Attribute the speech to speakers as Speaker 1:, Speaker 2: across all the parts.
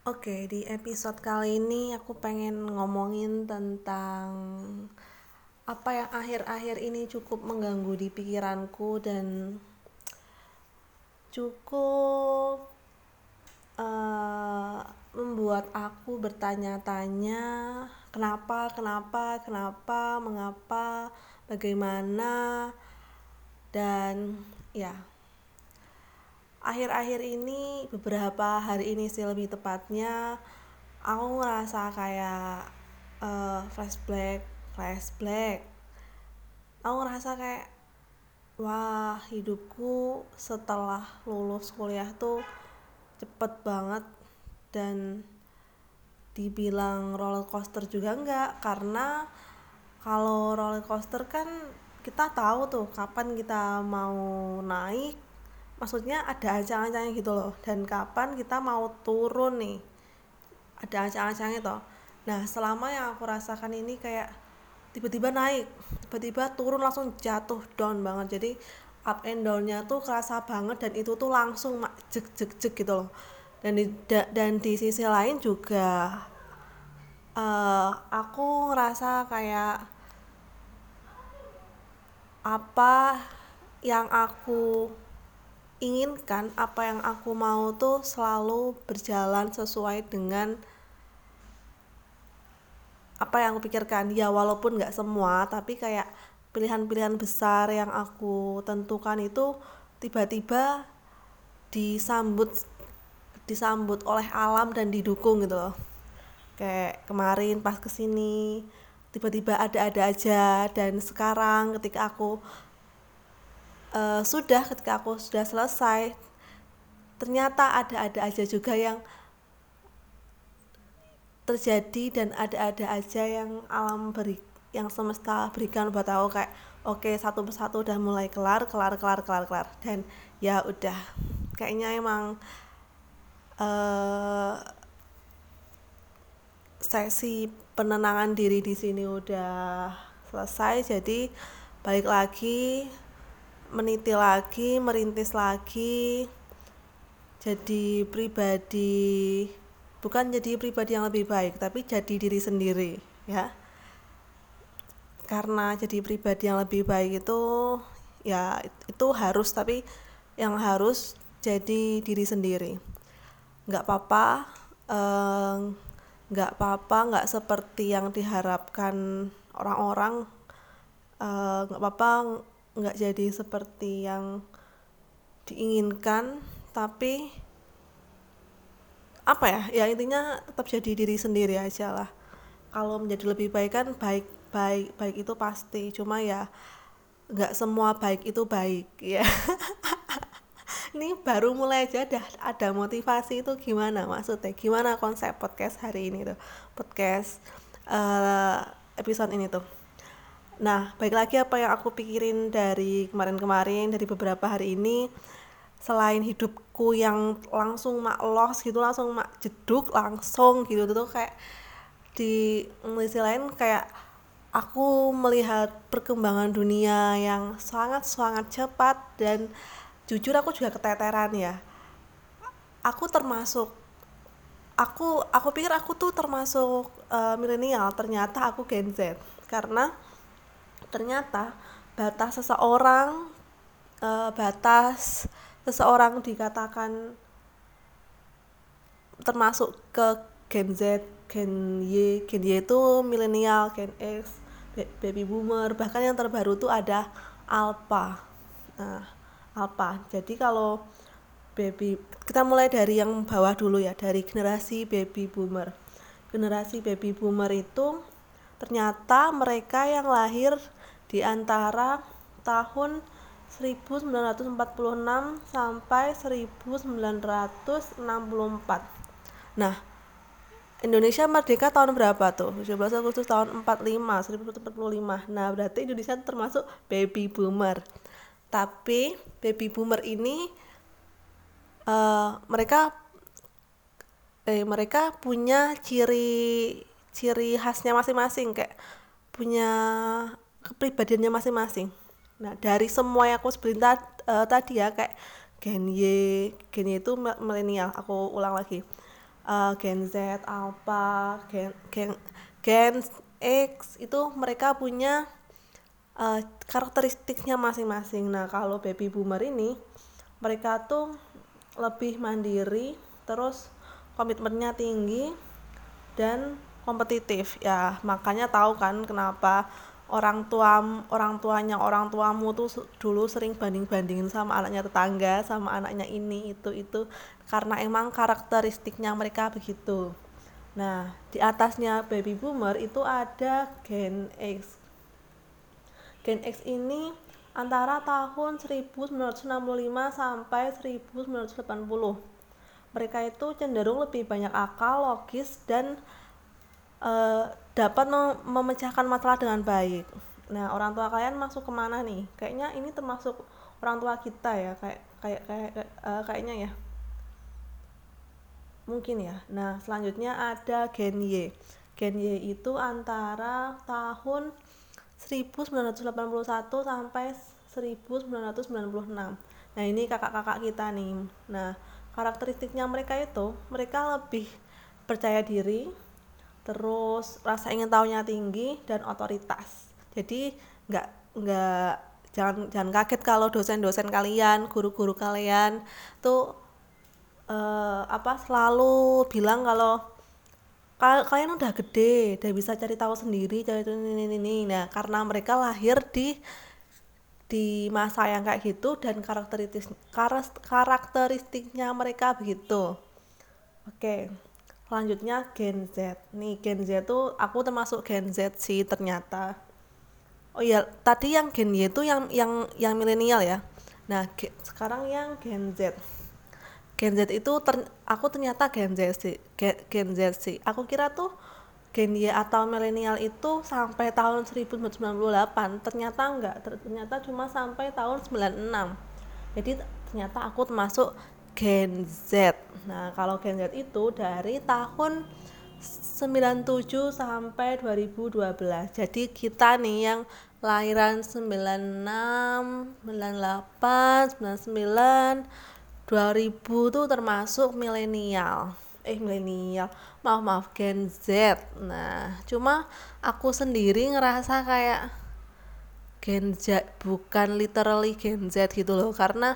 Speaker 1: Oke, di episode kali ini aku pengen ngomongin tentang apa yang akhir-akhir ini cukup mengganggu di pikiranku dan cukup eh, membuat aku bertanya-tanya kenapa, mengapa, bagaimana, dan ya akhir-akhir ini beberapa hari ini sih lebih tepatnya aku ngerasa kayak flashback. Aku ngerasa kayak wah, hidupku setelah lulus kuliah tuh cepet banget, dan dibilang roller coaster juga enggak, karena kalau roller coaster kan kita tahu tuh kapan kita mau naik, maksudnya ada ancang-ancangnya gitu loh, dan kapan kita mau turun nih, ada ancang-ancangnya toh. Nah, selama yang aku rasakan ini kayak tiba-tiba naik, tiba-tiba turun, langsung jatuh down banget. Jadi up and downnya tuh kerasa banget, dan itu tuh langsung jek jek jek gitu loh. Dan di sisi lain juga aku ngerasa kayak apa yang aku inginkan, apa yang aku mau tuh selalu berjalan sesuai dengan apa yang aku pikirkan. Ya walaupun nggak semua, tapi kayak pilihan-pilihan besar yang aku tentukan itu tiba-tiba disambut disambut oleh alam dan didukung gitu loh. Kayak kemarin pas kesini tiba-tiba ada-ada aja, dan sekarang ketika aku sudah selesai, ternyata ada-ada aja juga yang terjadi, dan ada-ada aja yang yang semesta berikan buat aku. Kayak oke, satu persatu udah mulai kelar kelar kelar kelar kelar, dan ya udah, kayaknya emang eh sesi penenangan diri di sini udah selesai. Jadi balik lagi, meniti lagi, merintis lagi, jadi pribadi, bukan jadi pribadi yang lebih baik, tapi jadi diri sendiri ya. Karena jadi pribadi yang lebih baik itu ya itu harus, tapi yang harus jadi diri sendiri. Nggak apa-apa, eh, nggak apa-apa nggak seperti yang diharapkan orang-orang, nggak apa-apa nggak jadi seperti yang diinginkan, tapi apa ya, ya intinya tetap jadi diri sendiri aja lah. Kalau menjadi lebih baik kan baik baik baik itu pasti, cuma ya nggak semua baik itu baik ya. Ini baru mulai aja ada motivasi, itu gimana maksudnya, gimana konsep podcast hari ini tuh, podcast uh, episode ini tuh. Nah, baik lagi, apa yang aku pikirin dari kemarin-kemarin, dari beberapa hari ini, selain hidupku yang langsung mak los gitu, langsung mak jeduk langsung gitu tuh, kayak di sisi lain kayak aku melihat perkembangan dunia yang sangat-sangat cepat, dan jujur aku juga keteteran ya. Aku termasuk aku pikir aku tuh termasuk milenial, ternyata aku Gen Z. Karena ternyata batas seseorang dikatakan termasuk ke Gen Z, Gen Y itu milenial, Gen X, baby boomer, bahkan yang terbaru tuh ada Alpha. Nah, Alpha. Jadi kalau kita mulai dari yang bawah dulu ya, dari generasi baby boomer. Generasi baby boomer itu ternyata mereka yang lahir di antara tahun 1946 sampai 1964. Nah, Indonesia merdeka tahun berapa tuh? 17 Agustus tahun 45, 1945. Nah, berarti Indonesia termasuk baby boomer. Tapi baby boomer ini mereka mereka punya ciri khasnya masing-masing, kayak punya kepribadiannya masing-masing. Nah, dari semua yang aku sebutin tadi ya, kayak Gen Y itu milenial, aku ulang lagi. Gen Z, Alpha, Gen X itu mereka punya karakteristiknya masing-masing. Nah, kalau baby boomer ini mereka tuh lebih mandiri, terus komitmennya tinggi dan kompetitif. Ya, makanya tahu kan kenapa orang tuamu tuh dulu sering banding-bandingin sama anaknya tetangga, sama anaknya ini itu karena emang karakteristiknya mereka begitu. Nah, di atasnya baby boomer itu ada Gen X. Gen X ini antara tahun 1965 sampai 1980. Mereka itu cenderung lebih banyak akal, logis, dan dapat memecahkan masalah dengan baik. Nah, orang tua kalian masuk kemana nih? Kayaknya ini termasuk orang tua kita ya, kayaknya ya. Mungkin ya. Nah, selanjutnya ada Gen Y. Gen Y itu antara tahun 1981 sampai 1996. Nah, ini kakak-kakak kita nih. Nah, karakteristiknya mereka lebih percaya diri, terus rasa ingin tahunya tinggi dan otoritas. Jadi nggak jangan kaget kalau dosen-dosen kalian, guru-guru kalian tuh selalu bilang kalau kalian udah gede, udah bisa cari tahu sendiri, cari ini. Nah, karena mereka lahir di masa yang kayak gitu dan karakteristiknya mereka begitu. Oke, selanjutnya Gen Z. Nih, Gen Z tuh aku termasuk Gen Z sih ternyata. Oh iya, tadi yang Gen Y itu yang milenial ya. Nah, sekarang yang Gen Z. Gen Z itu aku ternyata Gen Z sih. Aku kira tuh Gen Y atau milenial itu sampai tahun 1998, ternyata enggak, ternyata cuma sampai tahun 96. Jadi ternyata aku termasuk Gen Z. Nah, kalau Gen Z itu dari tahun 97 sampai 2012. Jadi kita nih yang lahiran 96, 98, 99, 2000 tuh termasuk milenial. Maaf, Gen Z. Nah, cuma aku sendiri ngerasa kayak Gen Z, bukan literally Gen Z gitu loh, karena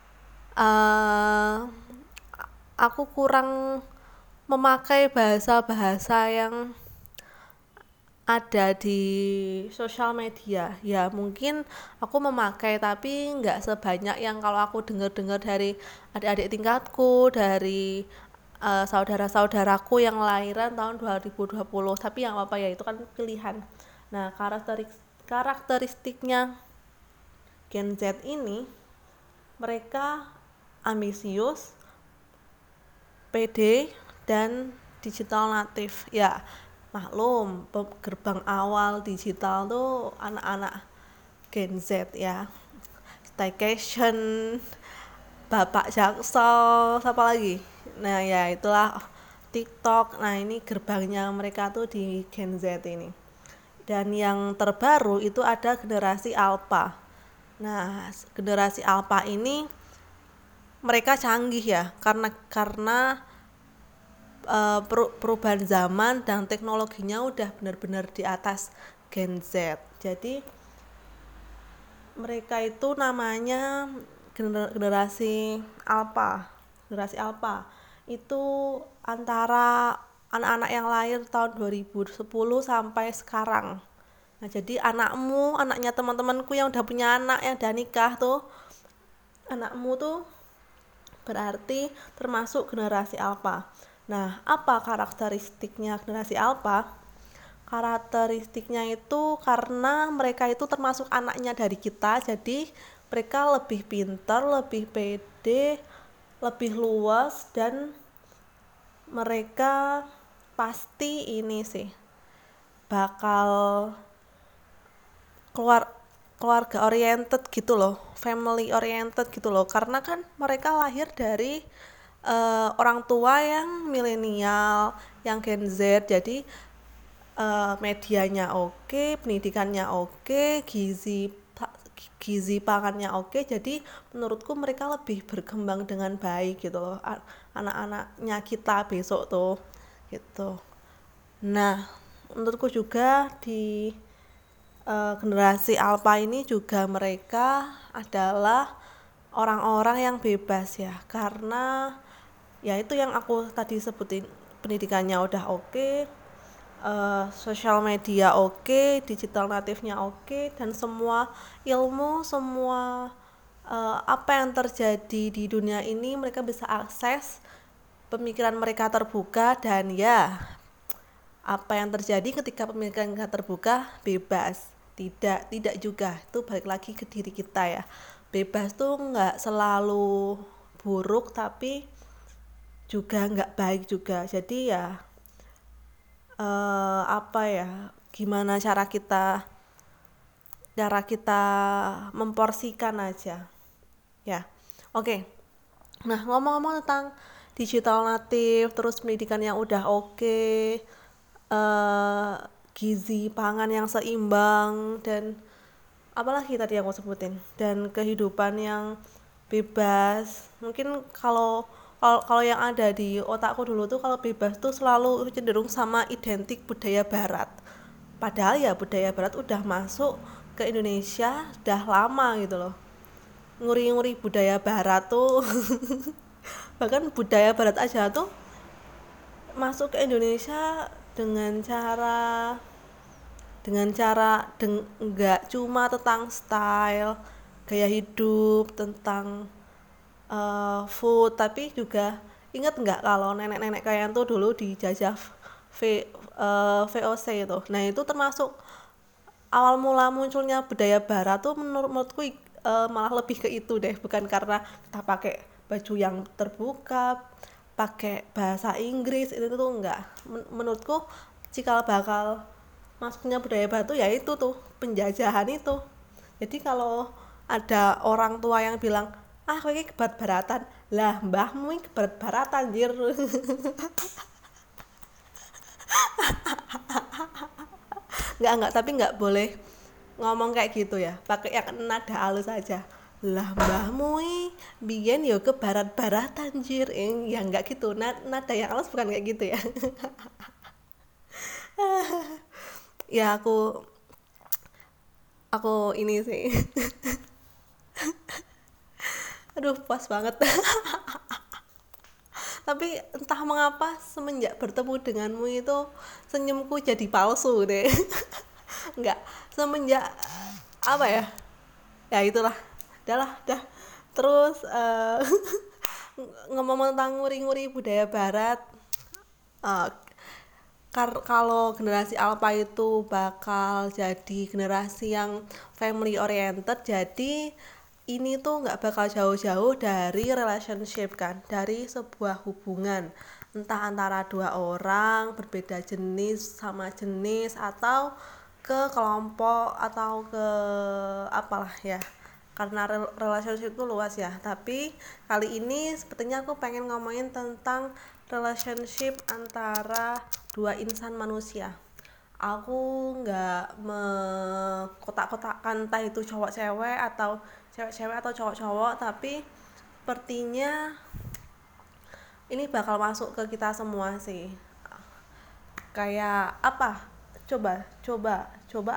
Speaker 1: aku kurang memakai bahasa-bahasa yang ada di sosial media. Ya mungkin aku memakai, tapi nggak sebanyak yang kalau aku dengar dari adik-adik tingkatku, dari saudara-saudaraku yang lahiran tahun 2020. Tapi yang apa ya, itu kan pilihan. Nah, karakteristiknya Gen Z ini, mereka ambisius, pede, dan digital native. Ya, maklum, gerbang awal digital tuh anak-anak Gen Z ya. Staycation, Bapak Jaksel, siapa lagi? Nah ya itulah, TikTok. Nah, ini gerbangnya mereka tuh di Gen Z ini. Dan yang terbaru itu ada generasi Alpha. Nah, generasi Alpha ini mereka canggih ya, karena perubahan zaman dan teknologinya udah benar-benar di atas Gen Z. Jadi mereka itu namanya generasi Alpha. Generasi Alpha itu antara anak-anak yang lahir tahun 2010 sampai sekarang. Nah, jadi anaknya teman-temanku yang udah punya anak, yang udah nikah tuh, anakmu tuh berarti termasuk generasi Alpha. Nah, apa karakteristiknya generasi Alpha? Karakteristiknya itu karena mereka itu termasuk anaknya dari kita, jadi mereka lebih pintar, lebih pede, lebih luas, dan mereka pasti ini sih bakal keluarga oriented gitu loh, family oriented gitu loh, karena kan mereka lahir dari orang tua yang milenial, yang Gen Z. Jadi medianya oke, pendidikannya oke, gizi pangannya oke. Jadi menurutku mereka lebih berkembang dengan baik gitu loh. anak-anaknya kita besok tuh gitu. Nah, menurutku juga di generasi alpha ini juga mereka adalah orang-orang yang bebas ya, karena ya itu yang aku tadi sebutin, pendidikannya udah oke, sosial media oke, digital natifnya oke, dan semua ilmu, semua apa yang terjadi di dunia ini mereka bisa akses, pemikiran mereka terbuka, dan ya apa yang terjadi ketika pemikiran kita terbuka, bebas. Tidak juga, itu balik lagi ke diri kita ya. Bebas tuh nggak selalu buruk, tapi juga nggak baik juga. Jadi ya apa ya, gimana cara kita memporsikan aja ya. Oke. Nah, ngomong-ngomong tentang digital native, terus pendidikan yang udah oke, gizi pangan yang seimbang, dan apalagi tadi yang aku sebutin, dan kehidupan yang bebas. Mungkin kalau yang ada di otakku dulu tuh, kalau bebas tuh selalu cenderung sama identik budaya barat, padahal ya budaya barat udah masuk ke Indonesia udah lama gitu loh. Nguri-nguri budaya barat tuh bahkan budaya barat aja tuh masuk ke Indonesia dengan cara nggak cuma tentang style, gaya hidup, tentang food, tapi juga inget nggak kalau nenek-nenek kalian tuh dulu dijajah VOC itu. Nah itu termasuk awal mula munculnya budaya barat tuh, menurutku malah lebih ke itu deh, bukan karena kita pakai baju yang terbuka, pakai bahasa Inggris, itu tuh enggak. Menurutku cikal bakal masuknya budaya barat tuh ya itu tuh, penjajahan itu. Jadi kalau ada orang tua yang bilang, ah kowe iki kebarat-baratan, lah mbahmu iki kebarat-baratan anjir. Enggak, tapi enggak boleh ngomong kayak gitu ya, pakai yang nada halus aja. Lah mbahmu biyen yo ke barat-baratan anjir. Ya enggak gitu, nada yang halus bukan kayak gitu ya. Ya aku ini sih. Aduh pas banget. Tapi entah mengapa semenjak bertemu denganmu itu senyumku jadi palsu deh. Enggak, semenjak apa ya, ya itulah, dah. Terus ngomong tentang nguri-nguri budaya barat, uh, kalau generasi alpha itu bakal jadi generasi yang family oriented, jadi ini tuh nggak bakal jauh-jauh dari relationship kan, dari sebuah hubungan, entah antara dua orang berbeda jenis sama jenis, atau ke kelompok, atau ke apalah ya, karena relationship itu luas ya. Tapi kali ini sepertinya aku pengen ngomongin tentang relationship antara dua insan manusia. Aku nggak mengkotak-kotakkan entah itu cowok cewek atau cewek-cewek atau cowok-cowok, tapi sepertinya ini bakal masuk ke kita semua sih. Kayak apa? Coba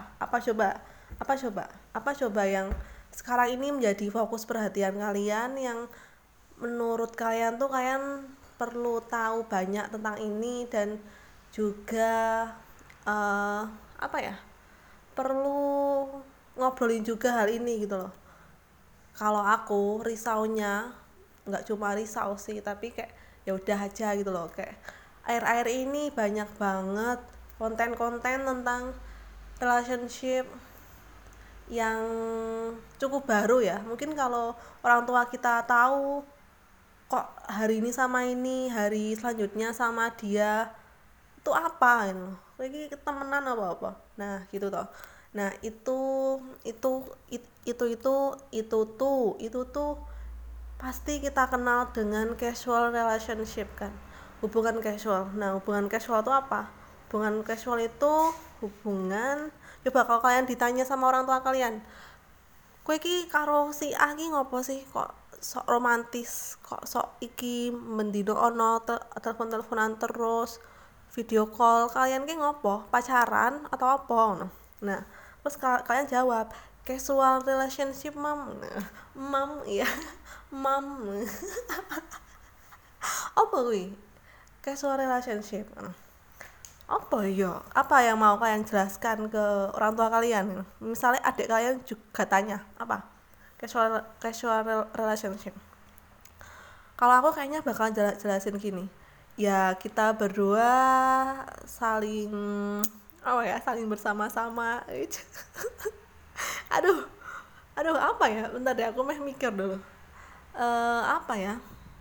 Speaker 1: apa coba yang sekarang ini menjadi fokus perhatian kalian, yang menurut kalian tuh kalian perlu tahu banyak tentang ini, dan juga apa ya, perlu ngobrolin juga hal ini gitu loh. Kalau aku risaunya nggak cuma risau sih, tapi kayak ya udah aja gitu loh, kayak air-air ini banyak banget konten-konten tentang relationship yang cukup baru ya. Mungkin kalau orang tua kita tahu kok hari ini sama ini, hari selanjutnya sama dia, itu apa gitu, lagi temenan apa nah gitu toh. Nah itu tuh pasti kita kenal dengan casual relationship kan, hubungan casual. Nah hubungan casual itu apa? Hubungan casual itu hubungan, coba kalau kalian ditanya sama orang tua kalian, kowe iki karo si A ki ngopo sih kok sok romantis kok, sok iki mendino ono telepon-teleponan terus, video call, kalian ki ngopo, pacaran atau apa ngono. Nah terus kalian jawab casual relationship mam. Nah, mam iya mam apa kuwi casual relationship apa ya, apa yang mau kalian jelaskan ke orang tua kalian, misalnya adik kalian juga tanya apa casual relationship. Kalau aku kayaknya bakal jelasin gini, ya kita berdua saling apa ya, saling bersama-sama. aduh aduh apa ya, bentar deh aku mikir dulu. Apa ya,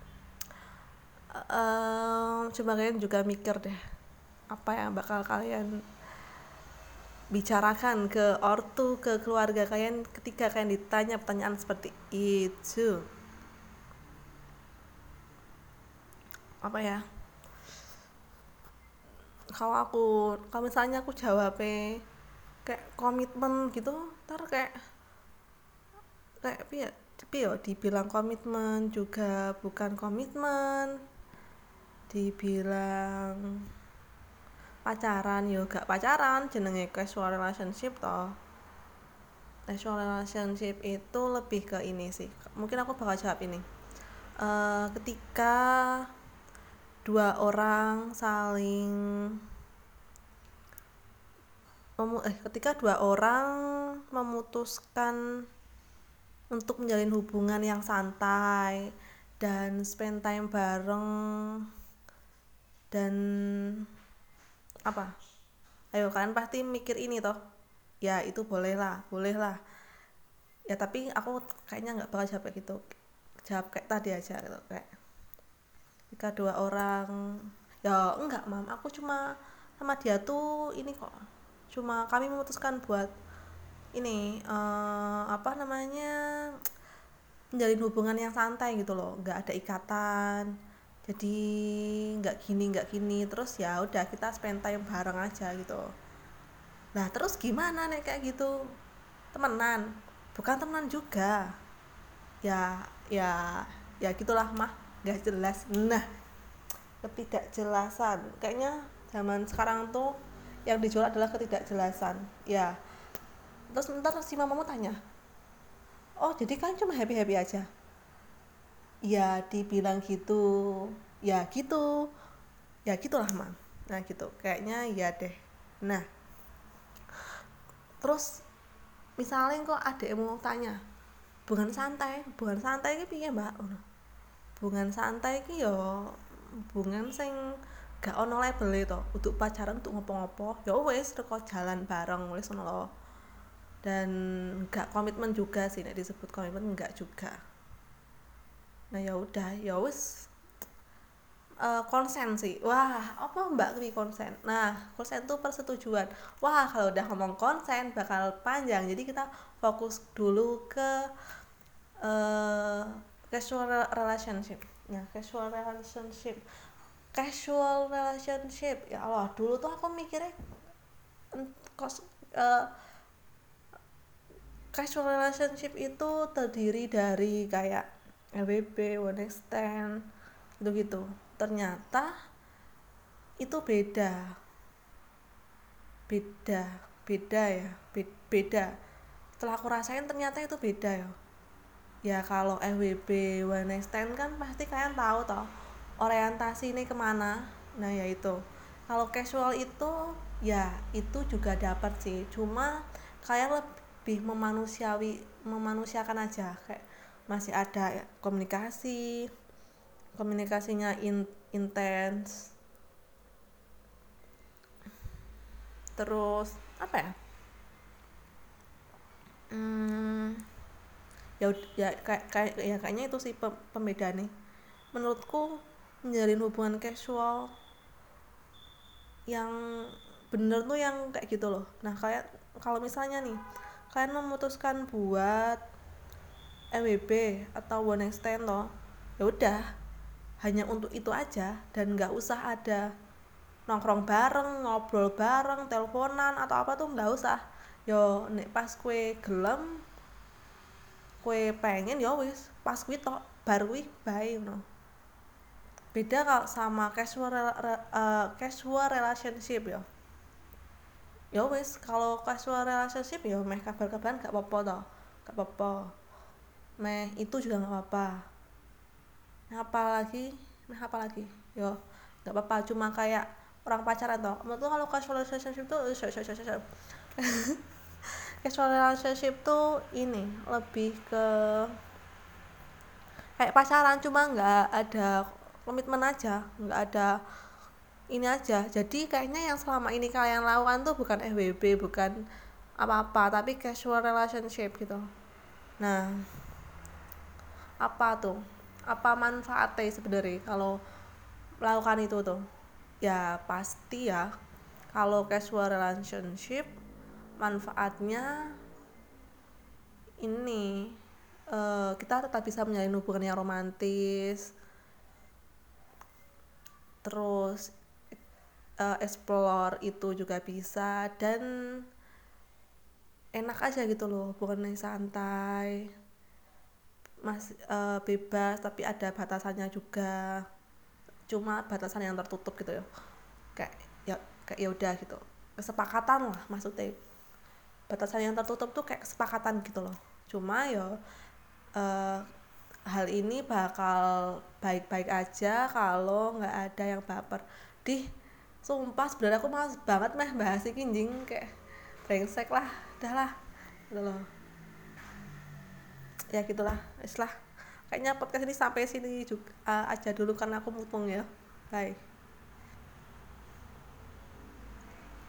Speaker 1: coba kalian juga mikir deh apa yang bakal kalian bicarakan ke ortu, ke keluarga kalian ketika kalian ditanya pertanyaan seperti itu. Apa ya, kalau misalnya aku jawabnya kayak komitmen gitu, ntar kayak ya dibilang komitmen juga bukan komitmen, dibilang pacaran yo gak pacaran, jenenge casual relationship toh. Casual relationship itu lebih ke ini sih, mungkin aku bakal jawab ini. Ketika dua orang saling ketika dua orang memutuskan untuk menjalin hubungan yang santai dan spend time bareng, dan apa, ayo kalian pasti mikir ini toh, ya itu boleh lah ya, tapi aku kayaknya nggak bakal jawab kayak gitu, jawab kayak tadi aja gitu, kayak jika dua orang, ya enggak mam, aku cuma sama dia tuh ini kok, cuma kami memutuskan buat ini apa namanya, menjalin hubungan yang santai gitu loh, nggak ada ikatan, jadi nggak gini terus, ya udah kita spend time bareng aja gitu. Nah terus gimana nih kayak gitu, temenan? Bukan temenan juga, ya ya gitulah mah, nggak jelas. Nah ketidakjelasan, kayaknya zaman sekarang tuh yang dijual adalah ketidakjelasan ya. Terus ntar si mamamu tanya, oh jadi kan cuma happy happy aja, ya dibilang gitu, ya gitu, ya gitulah mam. Nah gitu kayaknya ya deh. Nah terus misalnya kok adekmu tanya hubungan santai ini piye mbak, hubungan santai iki yo hubungan sing gak ono label itu, untuk pacaran untuk ngopo-ngopo ya wis reko jalan bareng wis ngono lho, dan gak komitmen juga sih, nek disebut komitmen enggak juga. Nah ya udah ya wis, konsen sih, wah apa mbak kuwi konsen. Nah konsen tuh persetujuan, wah kalau udah ngomong konsen bakal panjang, jadi kita fokus dulu ke casual relationship. Nah casual relationship ya Allah, dulu tuh aku mikirnya casual relationship itu terdiri dari kayak LWB, one night stand gitu-gitu. Ternyata itu beda setelah aku rasain ternyata itu beda ya. Ya kalau FWB one night stand kan pasti kalian tahu toh orientasi ini kemana. Nah ya itu. Kalau casual itu ya itu juga dapat sih, cuma kalian lebih memanusiakan aja, kayak masih ada ya, komunikasinya intens. Terus apa ya, kayaknya itu sih pembeda nih menurutku. Menjalin hubungan casual yang bener tuh yang kayak gitu loh. Nah kayak kalau misalnya nih kalian memutuskan buat MWB atau one night stand loh, ya udah hanya untuk itu aja, dan nggak usah ada nongkrong bareng, ngobrol bareng, teleponan atau apa tuh nggak usah. Yo nek pas kue gelem, kue pengen ya wis pas kuwi tok, kabar kuwi bae ngono. Beda kalau sama casual relationship ya. Ya wis, kalau casual relationship ya meh kabar-kabaran gak apa-apa toh. Gak apa-apa. Meh itu juga gak apa-apa. Nah, apalagi? Yo, gak apa-apa, cuma kayak orang pacaran toh. Menurut kalau casual relationship tuh casual relationship tuh ini lebih ke kayak pacaran cuma nggak ada komitmen aja, nggak ada ini aja. Jadi kayaknya yang selama ini kalian lakukan tuh bukan FWB, bukan apa-apa, tapi casual relationship gitu. Nah, apa tuh? Apa manfaatnya sebenarnya kalau melakukan itu tuh? Ya pasti ya. Kalau casual relationship manfaatnya ini kita tetap bisa menjalin hubungan yang romantis, terus explore itu juga bisa, dan enak aja gitu loh, hubungan yang santai, masih bebas tapi ada batasannya juga, cuma batasan yang tertutup gitu ya, kayak ya udah gitu, kesepakatan lah maksudnya. Batasan yang tertutup tuh kayak kesepakatan gitu loh, cuma ya uh, hal ini bakal baik-baik aja kalau nggak ada yang baper. Sumpah sebenarnya aku males banget meh bahas iki anjing, kayak brengsek lah, udah lah gitu loh. Ya gitulah, wis lah, kayaknya podcast ini sampai sini juga aja dulu karena aku mutung ya. Bye.